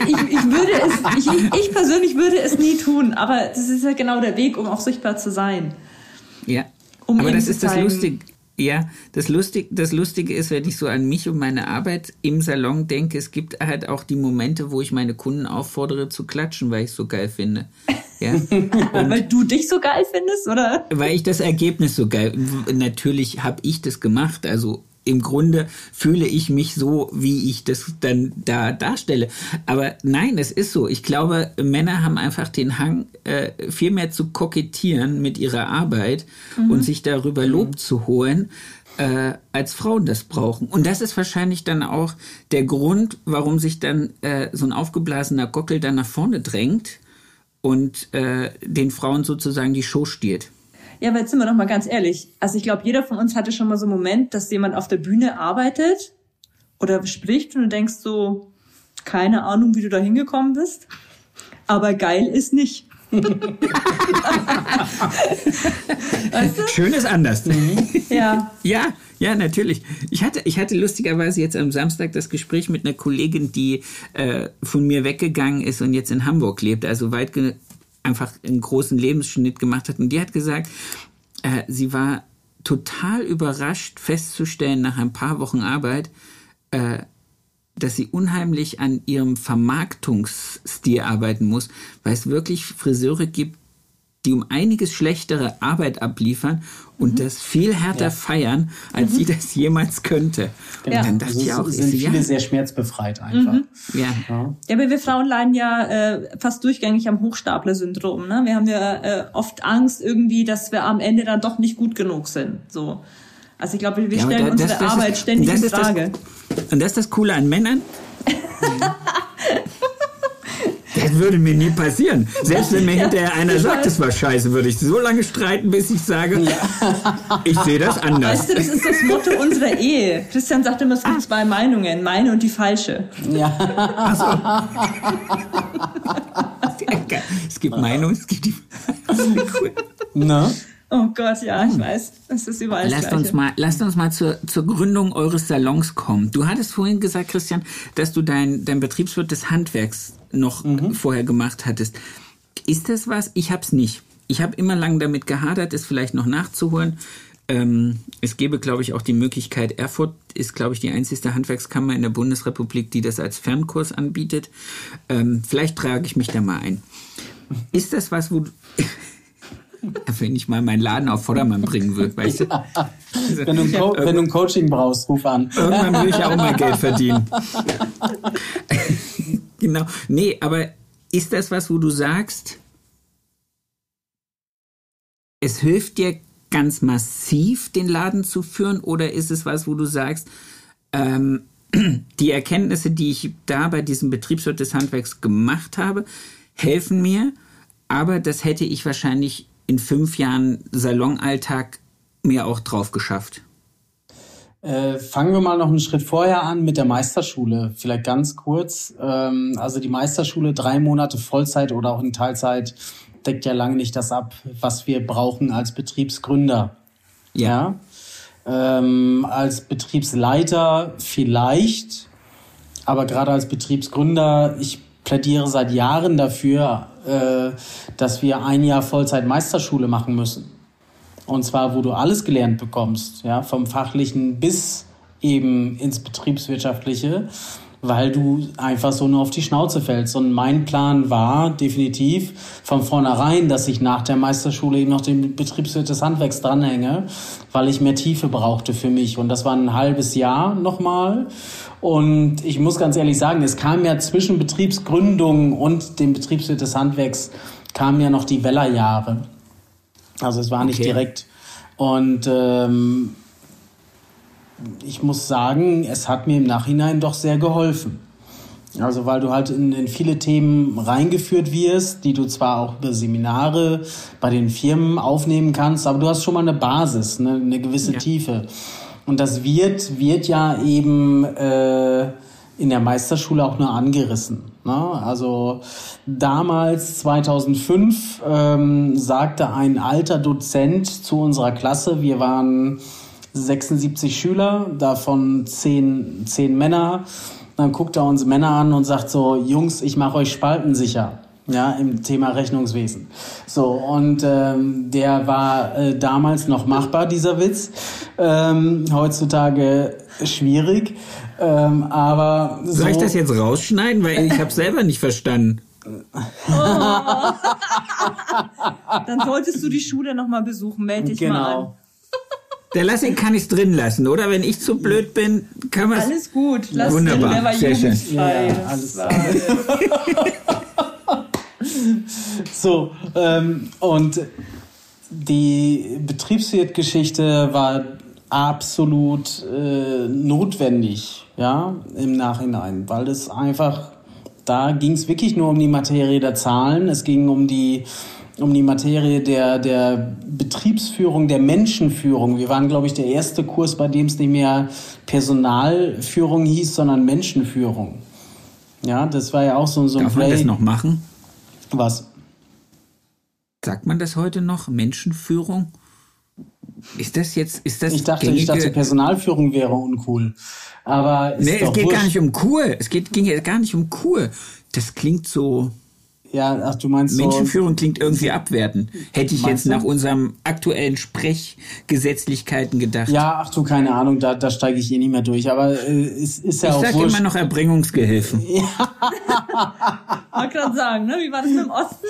persönlich würde es nie tun. Aber das ist ja genau der Weg, um auch sichtbar zu sein. Ja, aber das ist das Lustige. Ja, das Lustige ist, wenn ich so an mich und meine Arbeit im Salon denke, es gibt halt auch die Momente, wo ich meine Kunden auffordere zu klatschen, weil ich es so geil finde. Ja? Weil du dich so geil findest, oder? Weil ich das Ergebnis so geil... Natürlich habe ich das gemacht, also im Grunde fühle ich mich so, wie ich das dann da darstelle. Aber nein, es ist so. Ich glaube, Männer haben einfach den Hang, viel mehr zu kokettieren mit ihrer Arbeit und sich darüber Lob zu holen, als Frauen das brauchen. Und das ist wahrscheinlich dann auch der Grund, warum sich dann so ein aufgeblasener Gockel dann nach vorne drängt und den Frauen sozusagen die Show stiehlt. Ja, aber jetzt sind wir doch mal ganz ehrlich. Also ich glaube, jeder von uns hatte schon mal so einen Moment, dass jemand auf der Bühne arbeitet oder spricht und du denkst so, keine Ahnung, wie du da hingekommen bist, aber geil ist nicht. Weißt du? Schön ist anders. Ja. Ja, natürlich. Ich hatte lustigerweise jetzt am Samstag das Gespräch mit einer Kollegin, die von mir weggegangen ist und jetzt in Hamburg lebt, also einfach einen großen Lebensschnitt gemacht hat. Und die hat gesagt, sie war total überrascht festzustellen nach ein paar Wochen Arbeit, dass sie unheimlich an ihrem Vermarktungsstil arbeiten muss, weil es wirklich Friseure gibt, die um einiges schlechtere Arbeit abliefern und das viel härter feiern, als sie das jemals könnte. Genau. Und dann dachte also ich auch, sind viele sehr schmerzbefreit einfach. Ja, aber wir Frauen leiden ja fast durchgängig am Hochstapler-Syndrom. Ne? Wir haben ja oft Angst irgendwie, dass wir am Ende dann doch nicht gut genug sind. So. Also ich glaube, wir stellen unsere Arbeit ständig in Frage. Und das ist das Coole an Männern. Das würde mir nie passieren. Selbst wenn mir hinterher einer sagt, es war scheiße, würde ich so lange streiten, bis ich sage, ich sehe das anders. Weißt du, das ist das Motto unserer Ehe. Christian sagt immer, es gibt zwei Meinungen, meine und die falsche. Ja. Ach so. Es gibt Meinungen, es gibt die... Cool. Ne? Oh Gott, ja, ich weiß. Es ist überall das Gleiche. Lasst uns mal zur Gründung eures Salons kommen. Du hattest vorhin gesagt, Christian, dass du dein Betriebswirt des Handwerks noch vorher gemacht hattest. Ist das was? Ich hab's nicht. Ich habe immer lange damit gehadert, es vielleicht noch nachzuholen. Es gäbe, glaube ich, auch die Möglichkeit, Erfurt ist, glaube ich, die einzige Handwerkskammer in der Bundesrepublik, die das als Fernkurs anbietet. Vielleicht trage ich mich da mal ein. Ist das was, wo... Wenn ich mal meinen Laden auf Vordermann bringen würde, weißt du? Wenn du ein Coaching brauchst, ruf an. Irgendwann will ich auch mal Geld verdienen. Genau. Nee, aber ist das was, wo du sagst, es hilft dir ganz massiv, den Laden zu führen, oder ist es was, wo du sagst, die Erkenntnisse, die ich da bei diesem Betriebswirt des Handwerks gemacht habe, helfen mir, aber das hätte ich wahrscheinlich in 5 Jahren Salonalltag mir auch drauf geschafft? Fangen wir mal noch einen Schritt vorher an mit der Meisterschule. Vielleicht ganz kurz. Also die Meisterschule, 3 Monate Vollzeit oder auch in Teilzeit, deckt ja lange nicht das ab, was wir brauchen als Betriebsgründer. Ja. Als Betriebsleiter vielleicht, aber gerade als Betriebsgründer, ich plädiere seit Jahren dafür, dass wir 1 Jahr Vollzeit Meisterschule machen müssen. Und zwar, wo du alles gelernt bekommst, ja, vom Fachlichen bis eben ins Betriebswirtschaftliche, weil du einfach so nur auf die Schnauze fällst. Und mein Plan war definitiv von vornherein, dass ich nach der Meisterschule eben noch den Betriebswirt des Handwerks dranhänge, weil ich mehr Tiefe brauchte für mich. Und das war ein halbes Jahr nochmal. Und ich muss ganz ehrlich sagen, es kam ja zwischen Betriebsgründung und dem Betriebswirt des Handwerks kamen ja noch die Wellerjahre. Also es war nicht direkt. Und ich muss sagen, es hat mir im Nachhinein doch sehr geholfen. Also weil du halt in viele Themen reingeführt wirst, die du zwar auch über Seminare bei den Firmen aufnehmen kannst, aber du hast schon mal eine Basis, eine gewisse Tiefe. Und das wird ja eben in der Meisterschule auch nur angerissen. Ne? Also damals, 2005, sagte ein alter Dozent zu unserer Klasse, wir waren 76 Schüler, davon 10 Männer. Dann guckt er uns Männer an und sagt so, Jungs, ich mache euch spaltensicher. Ja, im Thema Rechnungswesen. So, und der war damals noch machbar, dieser Witz. Heutzutage schwierig. Aber so. Soll ich das jetzt rausschneiden? Weil ich habe selber nicht verstanden. Oh. Dann solltest du die Schule nochmal besuchen. Melde dich mal an. Der kann ich es drin lassen, oder? Wenn ich zu blöd bin, kann man es... Alles gut. Lass wunderbar. Der war sehr schön. Ja, alles so, und die Betriebswirtgeschichte war absolut notwendig, ja, im Nachhinein, weil es einfach, da ging es wirklich nur um die Materie der Zahlen, es ging um die Materie der Betriebsführung, der Menschenführung. Wir waren, glaube ich, der erste Kurs, bei dem es nicht mehr Personalführung hieß, sondern Menschenführung. Ja, das war ja auch so ein Darf man das noch machen? Was? Sagt man das heute noch? Menschenführung? Ist das Ich dachte, Personalführung wäre uncool. Aber es geht gar nicht um Kur. Ging ja gar nicht um Kur. Das klingt so... Ja, ach, du meinst Menschenführung klingt irgendwie abwertend. Hätte ich jetzt nach unserem aktuellen Sprechgesetzlichkeiten gedacht. Ja, ach du, keine Ahnung, da steige ich nicht mehr durch. Aber es ist ja auch wurscht. Ich sage immer noch Erbringungsgehilfen. Ja. Wollte gerade sagen, ne? Wie war das mit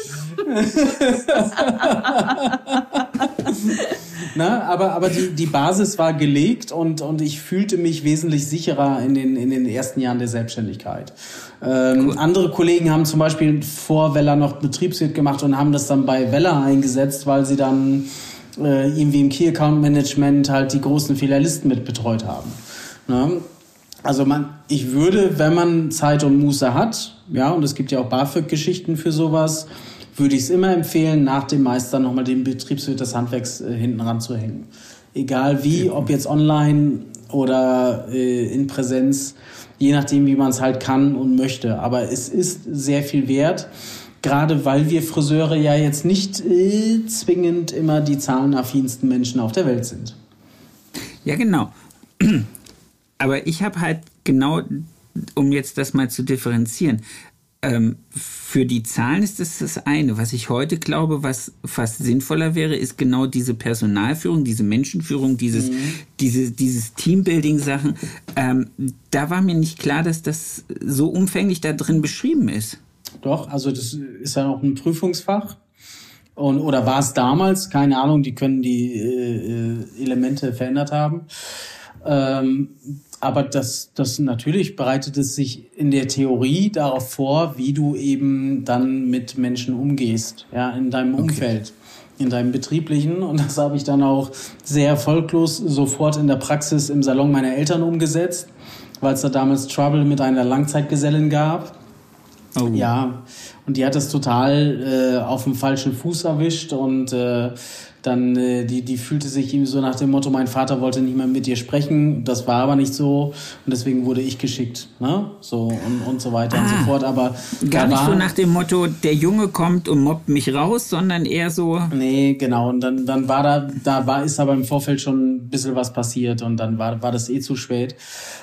dem Osten? Na, aber die Basis war gelegt und ich fühlte mich wesentlich sicherer in den ersten Jahren der Selbstständigkeit. Cool. Andere Kollegen haben zum Beispiel vor Weller noch Betriebswirt gemacht und haben das dann bei Weller eingesetzt, weil sie dann irgendwie im Key Account Management halt die großen Filialisten mit betreut haben. Ne? Also ich würde, wenn man Zeit und Muße hat, ja, und es gibt ja auch BAföG-Geschichten für sowas, würde ich es immer empfehlen, nach dem Meister nochmal den Betriebswirt des Handwerks hinten ranzuhängen. Egal wie, ob jetzt online oder in Präsenz, je nachdem, wie man es halt kann und möchte. Aber es ist sehr viel wert, gerade weil wir Friseure ja jetzt nicht zwingend immer die zahlenaffinsten Menschen auf der Welt sind. Ja, genau. Aber ich habe halt genau, um jetzt das mal zu differenzieren, für die Zahlen ist das eine. Was ich heute glaube, was fast sinnvoller wäre, ist genau diese Personalführung, diese Menschenführung, dieses Teambuilding-Sachen. Da war mir nicht klar, dass das so umfänglich da drin beschrieben ist. Doch, also das ist ja auch ein Prüfungsfach. Oder war es damals? Keine Ahnung, die können die Elemente verändert haben. Aber das natürlich bereitet es sich in der Theorie darauf vor, wie du eben dann mit Menschen umgehst, ja, in deinem Umfeld, in deinem betrieblichen. Und das habe ich dann auch sehr erfolglos sofort in der Praxis im Salon meiner Eltern umgesetzt, weil es da damals Trouble mit einer Langzeitgesellin gab. Oh. Ja, und die hat das total auf dem falschen Fuß erwischt und dann die fühlte sich ihm so nach dem Motto, mein Vater wollte nicht mehr mit dir sprechen, das war aber nicht so und deswegen wurde ich geschickt, ne? So und so weiter und so fort. Aber gar nicht so nach dem Motto, der Junge kommt und mobbt mich raus, sondern eher so. Nee, genau. Und dann ist aber im Vorfeld schon ein bisschen was passiert und dann war das zu spät.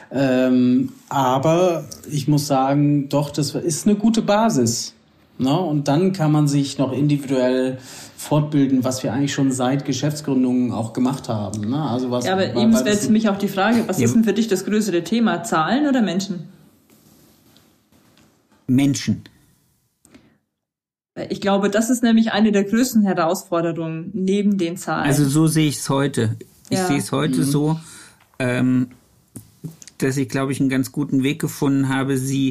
Aber ich muss sagen, doch, das ist eine gute Basis. Ne? Und dann kann man sich noch individuell fortbilden, was wir eigentlich schon seit Geschäftsgründungen auch gemacht haben. Ne? Also was, ja, aber eben stellt für mich auch die Frage, was ist denn für dich das größere Thema, Zahlen oder Menschen? Menschen. Ich glaube, das ist nämlich eine der größten Herausforderungen neben den Zahlen. Also so sehe ich es heute. Ich sehe es heute so, dass ich, glaube ich, einen ganz guten Weg gefunden habe, sie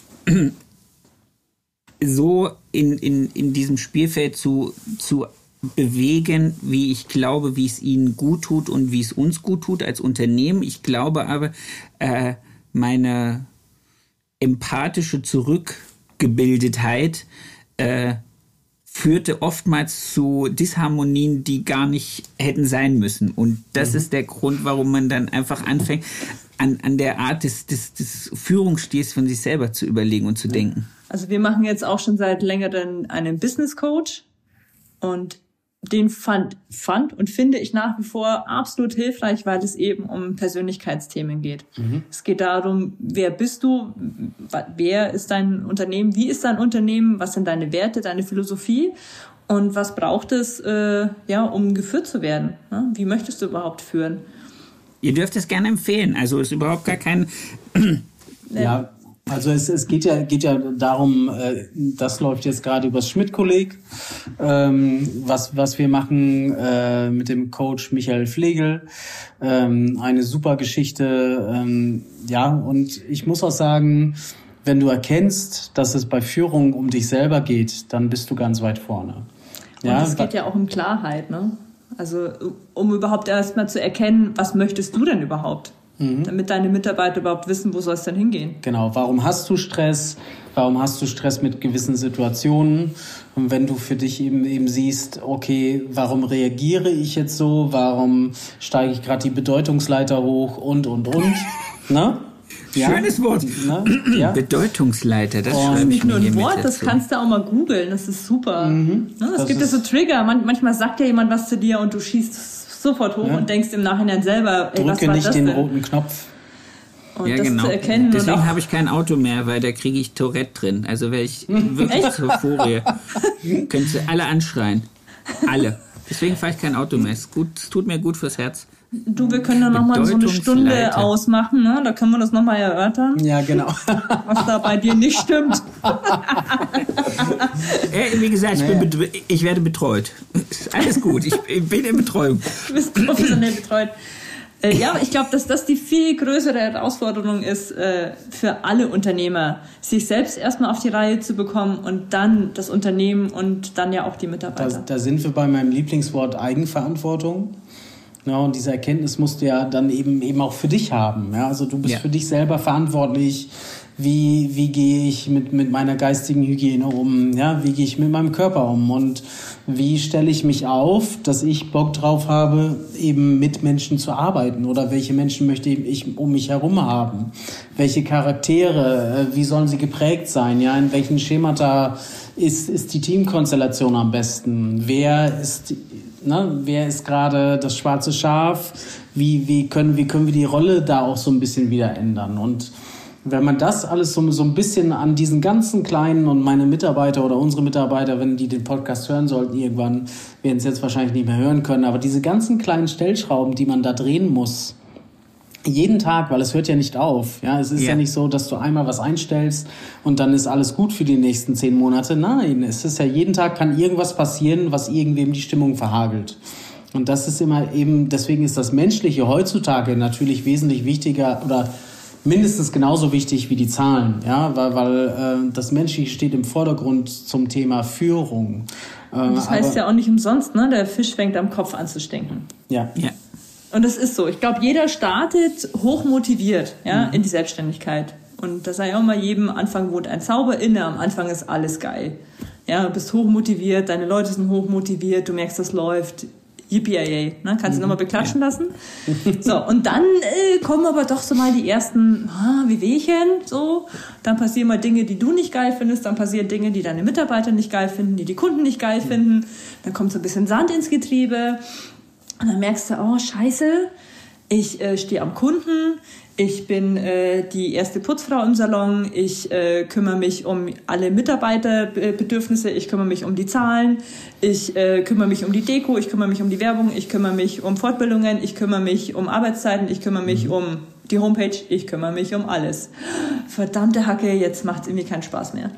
so in diesem Spielfeld zu bewegen, wie ich glaube, wie es ihnen gut tut und wie es uns gut tut als Unternehmen. Ich glaube aber, meine empathische Zurückgebildetheit führte oftmals zu Disharmonien, die gar nicht hätten sein müssen. Und das ist der Grund, warum man dann einfach anfängt, an der Art des Führungsstils von sich selber zu überlegen und zu denken. Also wir machen jetzt auch schon seit längerem einen Business Coach und den fand und finde ich nach wie vor absolut hilfreich, weil es eben um Persönlichkeitsthemen geht. Es geht darum, wer bist du, wer ist dein Unternehmen, wie ist dein Unternehmen, was sind deine Werte, deine Philosophie und was braucht es, um geführt zu werden? Ne? Wie möchtest du überhaupt führen? Ihr dürft es gerne empfehlen, also ist überhaupt gar kein... Ja, also es geht ja darum, das läuft jetzt gerade übers Schmidt-Kolleg, was wir machen mit dem Coach Michael Flegel, eine super Geschichte, und ich muss auch sagen, wenn du erkennst, dass es bei Führung um dich selber geht, dann bist du ganz weit vorne. Und es geht ja auch um Klarheit, ne? Also um überhaupt erstmal zu erkennen, was möchtest du denn überhaupt? Damit deine Mitarbeiter überhaupt wissen, wo soll es denn hingehen. Genau, warum hast du Stress? Warum hast du Stress mit gewissen Situationen? Und wenn du für dich eben siehst, okay, warum reagiere ich jetzt so? Warum steige ich gerade die Bedeutungsleiter hoch und? Ne? Ja. Schönes Wort. Ne? Ja. Bedeutungsleiter, das schreibe ich nicht nur ein Wort, das dazu. Kannst du auch mal googeln, das ist super. Es gibt ja so Trigger, manchmal sagt ja jemand was zu dir und du schießt sofort hoch und denkst im Nachhinein selber, ey, was war das denn? Drücke nicht den roten Knopf. Und das zu erkennen. Deswegen habe ich kein Auto mehr, weil da kriege ich Tourette drin. Also wäre ich wirklich zur Furie. Könntest du alle anschreien. Alle. Deswegen fahre ich kein Auto mehr. Es tut mir gut fürs Herz. Du, wir können da nochmal so eine Stunde ausmachen, ne? Da können wir das nochmal erörtern. Ja, genau. Was da bei dir nicht stimmt. Wie gesagt, ich werde betreut. Alles gut, ich bin in Betreuung. Du bist professionell betreut. Ich glaube, dass das die viel größere Herausforderung ist für alle Unternehmer, sich selbst erstmal auf die Reihe zu bekommen und dann das Unternehmen und dann ja auch die Mitarbeiter. Da sind wir bei meinem Lieblingswort Eigenverantwortung. Ja, und diese Erkenntnis musst du ja dann eben auch für dich haben. Ja? Also du bist für dich selber verantwortlich. Wie gehe ich mit meiner geistigen Hygiene um? Ja? Wie gehe ich mit meinem Körper um? Und wie stelle ich mich auf, dass ich Bock drauf habe, eben mit Menschen zu arbeiten? Oder welche Menschen möchte ich um mich herum haben? Welche Charaktere? Wie sollen sie geprägt sein? Ja? In welchen Schemata ist die Teamkonstellation am besten? Wer ist gerade das schwarze Schaf? Wie können wir die Rolle da auch so ein bisschen wieder ändern? Und wenn man das alles so ein bisschen an diesen ganzen kleinen und meine Mitarbeiter oder unsere Mitarbeiter, wenn die den Podcast hören sollten, irgendwann werden es jetzt wahrscheinlich nicht mehr hören können, aber diese ganzen kleinen Stellschrauben, die man da drehen muss, jeden Tag, weil es hört ja nicht auf. Ja, es ist ja nicht so, dass du einmal was einstellst und dann ist alles gut für die nächsten 10 Monate. Nein, es ist ja jeden Tag kann irgendwas passieren, was irgendwem die Stimmung verhagelt. Und das ist immer eben, deswegen ist das Menschliche heutzutage natürlich wesentlich wichtiger oder mindestens genauso wichtig wie die Zahlen. Ja, weil das Menschliche steht im Vordergrund zum Thema Führung. Das heißt ja auch nicht umsonst, ne? Der Fisch fängt am Kopf an zu stinken. Ja. Und es ist so. Ich glaube, jeder startet hochmotiviert, in die Selbstständigkeit. Und das sei ja auch mal jedem, am Anfang wohnt ein Zauber inne, am Anfang ist alles geil. Ja, du bist hochmotiviert, deine Leute sind hochmotiviert, du merkst, das läuft. Yippie-yay, ne? Kannst du nochmal beklatschen lassen. So, und dann kommen aber doch so mal die ersten Wehwehchen, so. Dann passieren mal Dinge, die du nicht geil findest, dann passieren Dinge, die deine Mitarbeiter nicht geil finden, die Kunden nicht geil finden. Dann kommt so ein bisschen Sand ins Getriebe. Und dann merkst du, oh, scheiße, ich stehe am Kunden, ich bin die erste Putzfrau im Salon, ich kümmere mich um alle Mitarbeiterbedürfnisse, ich kümmere mich um die Zahlen, ich kümmere mich um die Deko, ich kümmere mich um die Werbung, ich kümmere mich um Fortbildungen, ich kümmere mich um Arbeitszeiten, ich kümmere mich um die Homepage, ich kümmere mich um alles. Verdammte Hacke, jetzt macht es irgendwie keinen Spaß mehr.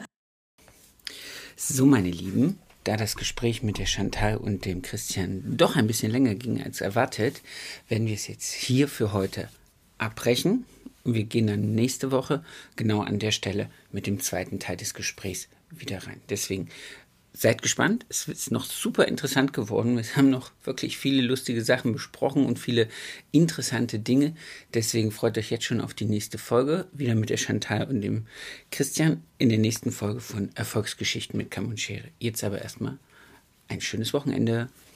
So, meine Lieben. Da das Gespräch mit der Chantal und dem Christian doch ein bisschen länger ging als erwartet, werden wir es jetzt hier für heute abbrechen. Wir gehen dann nächste Woche genau an der Stelle mit dem zweiten Teil des Gesprächs wieder rein. Deswegen seid gespannt. Es ist noch super interessant geworden. Wir haben noch wirklich viele lustige Sachen besprochen und viele interessante Dinge. Deswegen freut euch jetzt schon auf die nächste Folge. Wieder mit der Chantal und dem Christian in der nächsten Folge von Erfolgsgeschichten mit Kamm und Schere. Jetzt aber erstmal ein schönes Wochenende.